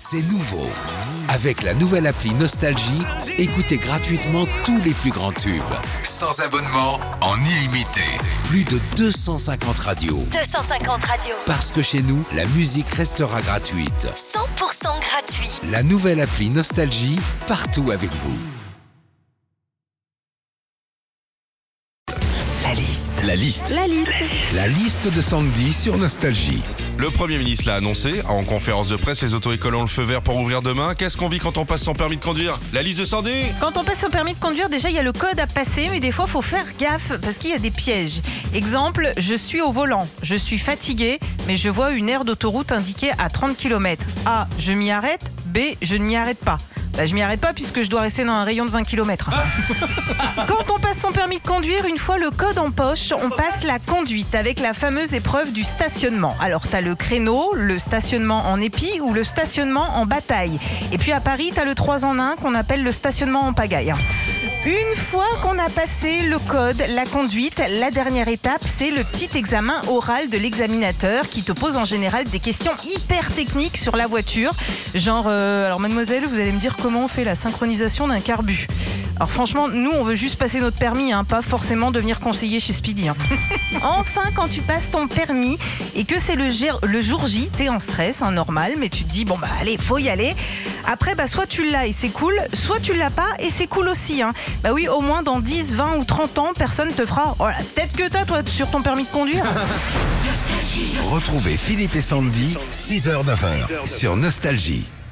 C'est nouveau. Avec la nouvelle appli Nostalgie, écoutez gratuitement tous les plus grands tubes. Sans abonnement, en illimité. Plus de 250 radios. 250 radios. Parce que chez nous, la musique restera gratuite. 100% gratuit. La nouvelle appli Nostalgie, partout avec vous. La liste de Sandy sur Nostalgie. Le Premier ministre l'a annoncé en conférence de presse, les auto-écoles ont le feu vert pour ouvrir demain. Qu'est-ce qu'on vit quand on passe son permis de conduire? La liste de Sandy? Quand on passe son permis de conduire, déjà il y a le code à passer, mais des fois il faut faire gaffe parce qu'il y a des pièges. Exemple, je suis au volant, je suis fatigué, mais je vois une aire d'autoroute indiquée à 30 km. A, je m'y arrête. B, je ne m'y arrête pas. Je m'y arrête pas puisque je dois rester dans un rayon de 20 km. Quand on passe son permis de conduire, une fois le code en poche, on passe la conduite avec la fameuse épreuve du stationnement. Alors t'as le créneau, le stationnement en épi ou le stationnement en bataille. Et puis à Paris, t'as le 3 en 1 qu'on appelle le stationnement en pagaille. Une fois qu'on a passé le code, la conduite, la dernière étape, c'est le petit examen oral de l'examinateur qui te pose en général des questions hyper techniques sur la voiture. Genre, alors mademoiselle, vous allez me dire comment on fait la synchronisation d'un carbu. Alors franchement, nous, on veut juste passer notre permis, pas forcément devenir conseiller chez Speedy. Enfin, quand tu passes ton permis et que c'est le jour J, t'es en stress, normal, mais tu te dis, bon allez, faut y aller. Après, soit tu l'as et c'est cool, soit tu l'as pas et c'est cool aussi. Oui, au moins dans 10, 20 ou 30 ans, personne te fera la tête que t'as, toi, sur ton permis de conduire. Retrouvez Philippe et Sandy, 6h-9h, sur Nostalgie.